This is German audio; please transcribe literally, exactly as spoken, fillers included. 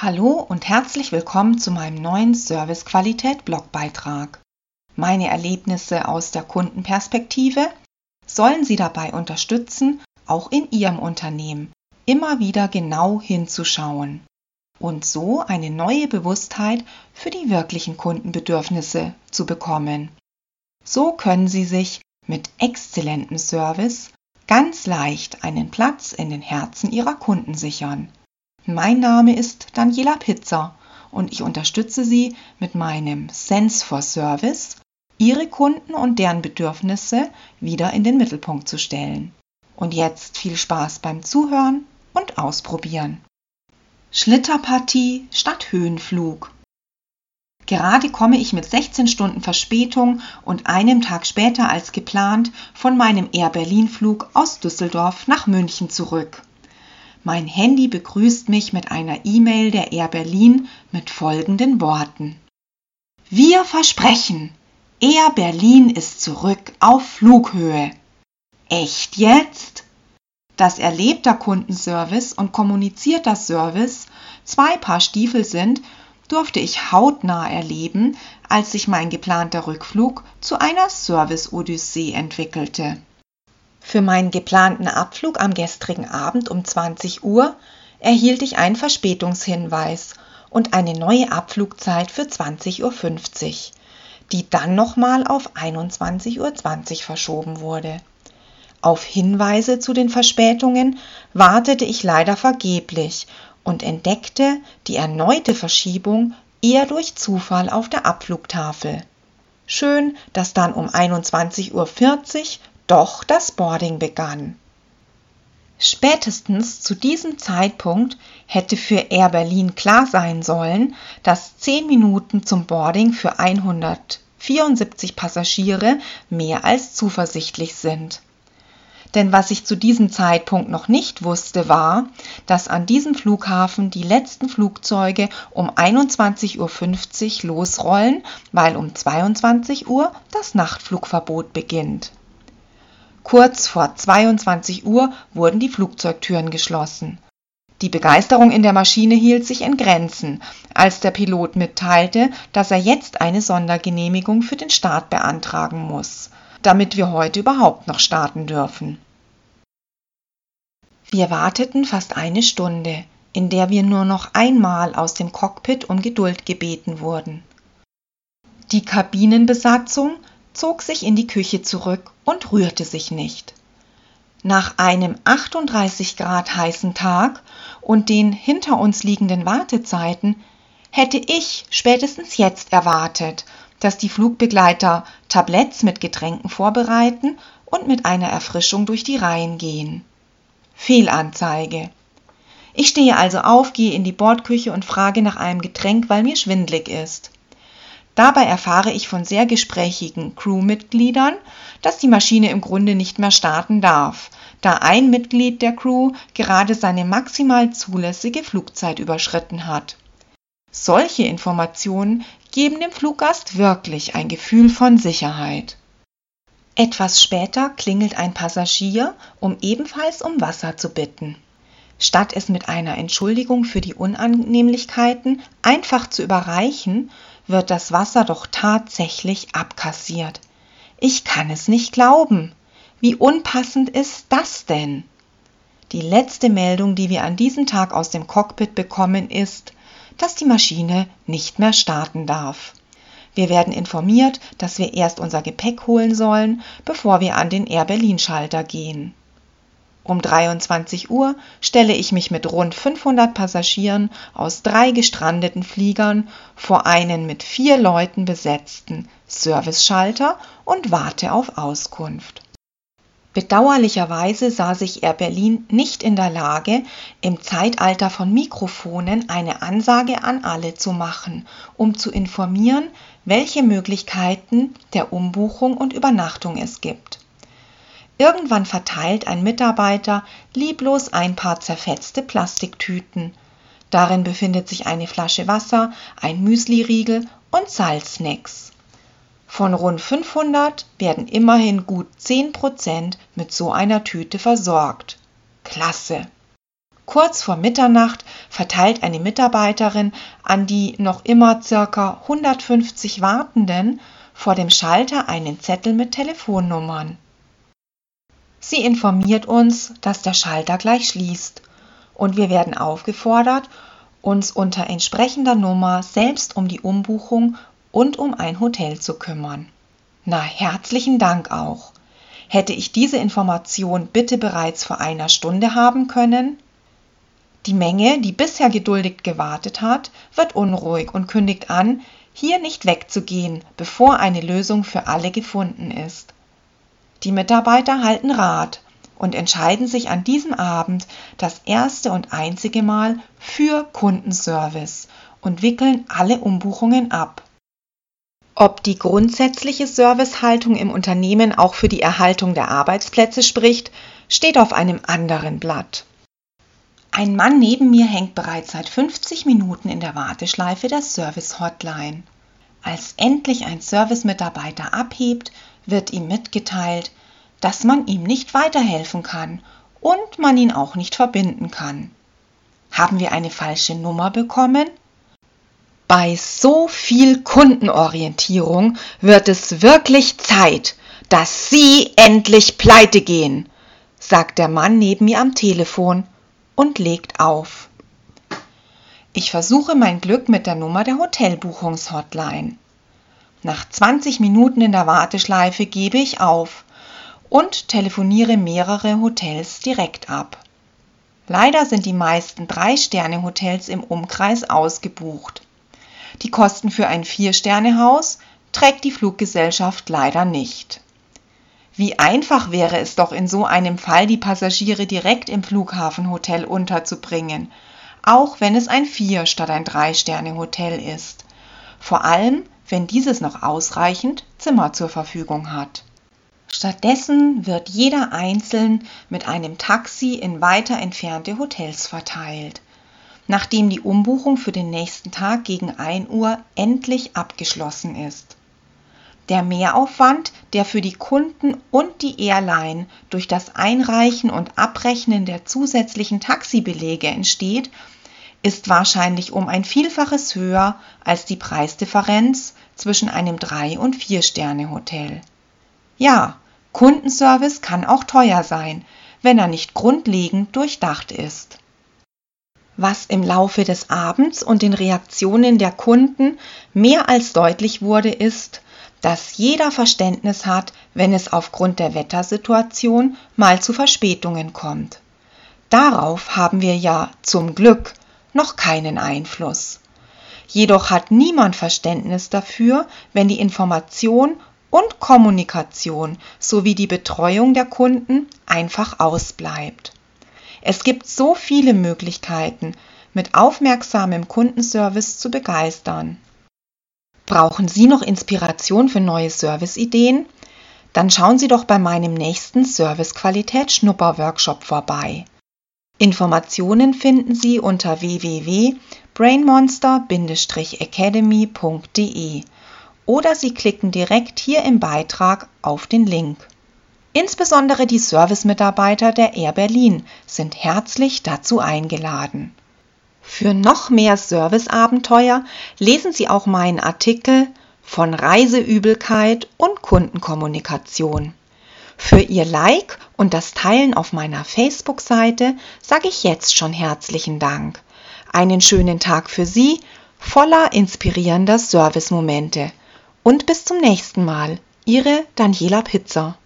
Hallo und herzlich willkommen zu meinem neuen Service-Qualität-Blogbeitrag. Meine Erlebnisse aus der Kundenperspektive sollen Sie dabei unterstützen, auch in Ihrem Unternehmen immer wieder genau hinzuschauen und so eine neue Bewusstheit für die wirklichen Kundenbedürfnisse zu bekommen. So können Sie sich mit exzellentem Service ganz leicht einen Platz in den Herzen Ihrer Kunden sichern. Mein Name ist Daniela Pitzer und ich unterstütze Sie mit meinem Sense for Service, Ihre Kunden und deren Bedürfnisse wieder in den Mittelpunkt zu stellen. Und jetzt viel Spaß beim Zuhören und Ausprobieren. Schlitterpartie statt Höhenflug. Gerade komme ich mit sechzehn Stunden Verspätung und einem Tag später als geplant von meinem Air Berlin Flug aus Düsseldorf nach München zurück. Mein Handy begrüßt mich mit einer E-Mail der Air Berlin mit folgenden Worten. Wir versprechen, Air Berlin ist zurück auf Flughöhe. Echt jetzt? Dass erlebter Kundenservice und kommunizierter Service zwei Paar Stiefel sind, durfte ich hautnah erleben, als sich mein geplanter Rückflug zu einer Service-Odyssee entwickelte. Für meinen geplanten Abflug am gestrigen Abend um zwanzig Uhr erhielt ich einen Verspätungshinweis und eine neue Abflugzeit für zwanzig Uhr fünfzig, die dann nochmal auf einundzwanzig Uhr zwanzig verschoben wurde. Auf Hinweise zu den Verspätungen wartete ich leider vergeblich und entdeckte die erneute Verschiebung eher durch Zufall auf der Abflugtafel. Schön, dass dann um einundzwanzig Uhr vierzig doch das Boarding begann. Spätestens zu diesem Zeitpunkt hätte für Air Berlin klar sein sollen, dass zehn Minuten zum Boarding für hundertvierundsiebzig Passagiere mehr als zuversichtlich sind. Denn was ich zu diesem Zeitpunkt noch nicht wusste, war, dass an diesem Flughafen die letzten Flugzeuge um einundzwanzig Uhr fünfzig losrollen, weil um zweiundzwanzig Uhr das Nachtflugverbot beginnt. Kurz vor zweiundzwanzig Uhr wurden die Flugzeugtüren geschlossen. Die Begeisterung in der Maschine hielt sich in Grenzen, als der Pilot mitteilte, dass er jetzt eine Sondergenehmigung für den Start beantragen muss, damit wir heute überhaupt noch starten dürfen. Wir warteten fast eine Stunde, in der wir nur noch einmal aus dem Cockpit um Geduld gebeten wurden. Die Kabinenbesatzung zog sich in die Küche zurück und rührte sich nicht. Nach einem achtunddreißig Grad heißen Tag und den hinter uns liegenden Wartezeiten hätte ich spätestens jetzt erwartet, dass die Flugbegleiter Tabletts mit Getränken vorbereiten und mit einer Erfrischung durch die Reihen gehen. Fehlanzeige. Ich stehe also auf, gehe in die Bordküche und frage nach einem Getränk, weil mir schwindlig ist. Dabei erfahre ich von sehr gesprächigen Crewmitgliedern, dass die Maschine im Grunde nicht mehr starten darf, da ein Mitglied der Crew gerade seine maximal zulässige Flugzeit überschritten hat. Solche Informationen geben dem Fluggast wirklich ein Gefühl von Sicherheit. Etwas später klingelt ein Passagier, um ebenfalls um Wasser zu bitten. Statt es mit einer Entschuldigung für die Unannehmlichkeiten einfach zu überreichen, wird das Wasser doch tatsächlich abkassiert. Ich kann es nicht glauben. Wie unpassend ist das denn? Die letzte Meldung, die wir an diesem Tag aus dem Cockpit bekommen, ist, dass die Maschine nicht mehr starten darf. Wir werden informiert, dass wir erst unser Gepäck holen sollen, bevor wir an den Air Berlin Schalter gehen. Um dreiundzwanzig Uhr stelle ich mich mit rund fünfhundert Passagieren aus drei gestrandeten Fliegern vor einen mit vier Leuten besetzten Serviceschalter und warte auf Auskunft. Bedauerlicherweise sah sich Air Berlin nicht in der Lage, im Zeitalter von Mikrofonen eine Ansage an alle zu machen, um zu informieren, welche Möglichkeiten der Umbuchung und Übernachtung es gibt. Irgendwann verteilt ein Mitarbeiter lieblos ein paar zerfetzte Plastiktüten. Darin befindet sich eine Flasche Wasser, ein Müsliriegel und Salzsnacks. Von rund fünfhundert werden immerhin gut zehn Prozent mit so einer Tüte versorgt. Klasse! Kurz vor Mitternacht verteilt eine Mitarbeiterin an die noch immer ca. hundertfünfzig Wartenden vor dem Schalter einen Zettel mit Telefonnummern. Sie informiert uns, dass der Schalter gleich schließt und wir werden aufgefordert, uns unter entsprechender Nummer selbst um die Umbuchung und um ein Hotel zu kümmern. Na, herzlichen Dank auch. Hätte ich diese Information bitte bereits vor einer Stunde haben können? Die Menge, die bisher geduldig gewartet hat, wird unruhig und kündigt an, hier nicht wegzugehen, bevor eine Lösung für alle gefunden ist. Die Mitarbeiter halten Rat und entscheiden sich an diesem Abend das erste und einzige Mal für Kundenservice und wickeln alle Umbuchungen ab. Ob die grundsätzliche Servicehaltung im Unternehmen auch für die Erhaltung der Arbeitsplätze spricht, steht auf einem anderen Blatt. Ein Mann neben mir hängt bereits seit fünfzig Minuten in der Warteschleife der Service-Hotline. Als endlich ein Servicemitarbeiter abhebt, wird ihm mitgeteilt, dass man ihm nicht weiterhelfen kann und man ihn auch nicht verbinden kann. Haben wir eine falsche Nummer bekommen? Bei so viel Kundenorientierung wird es wirklich Zeit, dass Sie endlich pleite gehen, sagt der Mann neben mir am Telefon und legt auf. Ich versuche mein Glück mit der Nummer der Hotelbuchungshotline. Nach zwanzig Minuten in der Warteschleife gebe ich auf und telefoniere mehrere Hotels direkt ab. Leider sind die meisten Drei-Sterne-Hotels im Umkreis ausgebucht. Die Kosten für ein Vier-Sterne-Haus trägt die Fluggesellschaft leider nicht. Wie einfach wäre es doch in so einem Fall, die Passagiere direkt im Flughafenhotel unterzubringen, auch wenn es ein Vier- statt ein Drei-Sterne-Hotel ist. Vor allem, wenn dieses noch ausreichend Zimmer zur Verfügung hat. Stattdessen wird jeder einzeln mit einem Taxi in weiter entfernte Hotels verteilt, nachdem die Umbuchung für den nächsten Tag gegen ein Uhr endlich abgeschlossen ist. Der Mehraufwand, der für die Kunden und die Airline durch das Einreichen und Abrechnen der zusätzlichen Taxibelege entsteht, ist wahrscheinlich um ein Vielfaches höher als die Preisdifferenz zwischen einem Drei- und Vier-Sterne-Hotel. Ja, Kundenservice kann auch teuer sein, wenn er nicht grundlegend durchdacht ist. Was im Laufe des Abends und den Reaktionen der Kunden mehr als deutlich wurde, ist, dass jeder Verständnis hat, wenn es aufgrund der Wettersituation mal zu Verspätungen kommt. Darauf haben wir ja zum Glück noch keinen Einfluss. Jedoch hat niemand Verständnis dafür, wenn die Information und Kommunikation sowie die Betreuung der Kunden einfach ausbleibt. Es gibt so viele Möglichkeiten, mit aufmerksamem Kundenservice zu begeistern. Brauchen Sie noch Inspiration für neue Serviceideen? Dann schauen Sie doch bei meinem nächsten Servicequalität-Schnupper-Workshop vorbei. Informationen finden Sie unter w w w punkt brainmonster Bindestrich academy punkt d e oder Sie klicken direkt hier im Beitrag auf den Link. Insbesondere die Servicemitarbeiter der Air Berlin sind herzlich dazu eingeladen. Für noch mehr Serviceabenteuer lesen Sie auch meinen Artikel von Reiseübelkeit und Kundenkommunikation. Für Ihr Like und das Teilen auf meiner Facebook-Seite sage ich jetzt schon herzlichen Dank. Einen schönen Tag für Sie, voller inspirierender Servicemomente. Und bis zum nächsten Mal. Ihre Daniela Pitzer.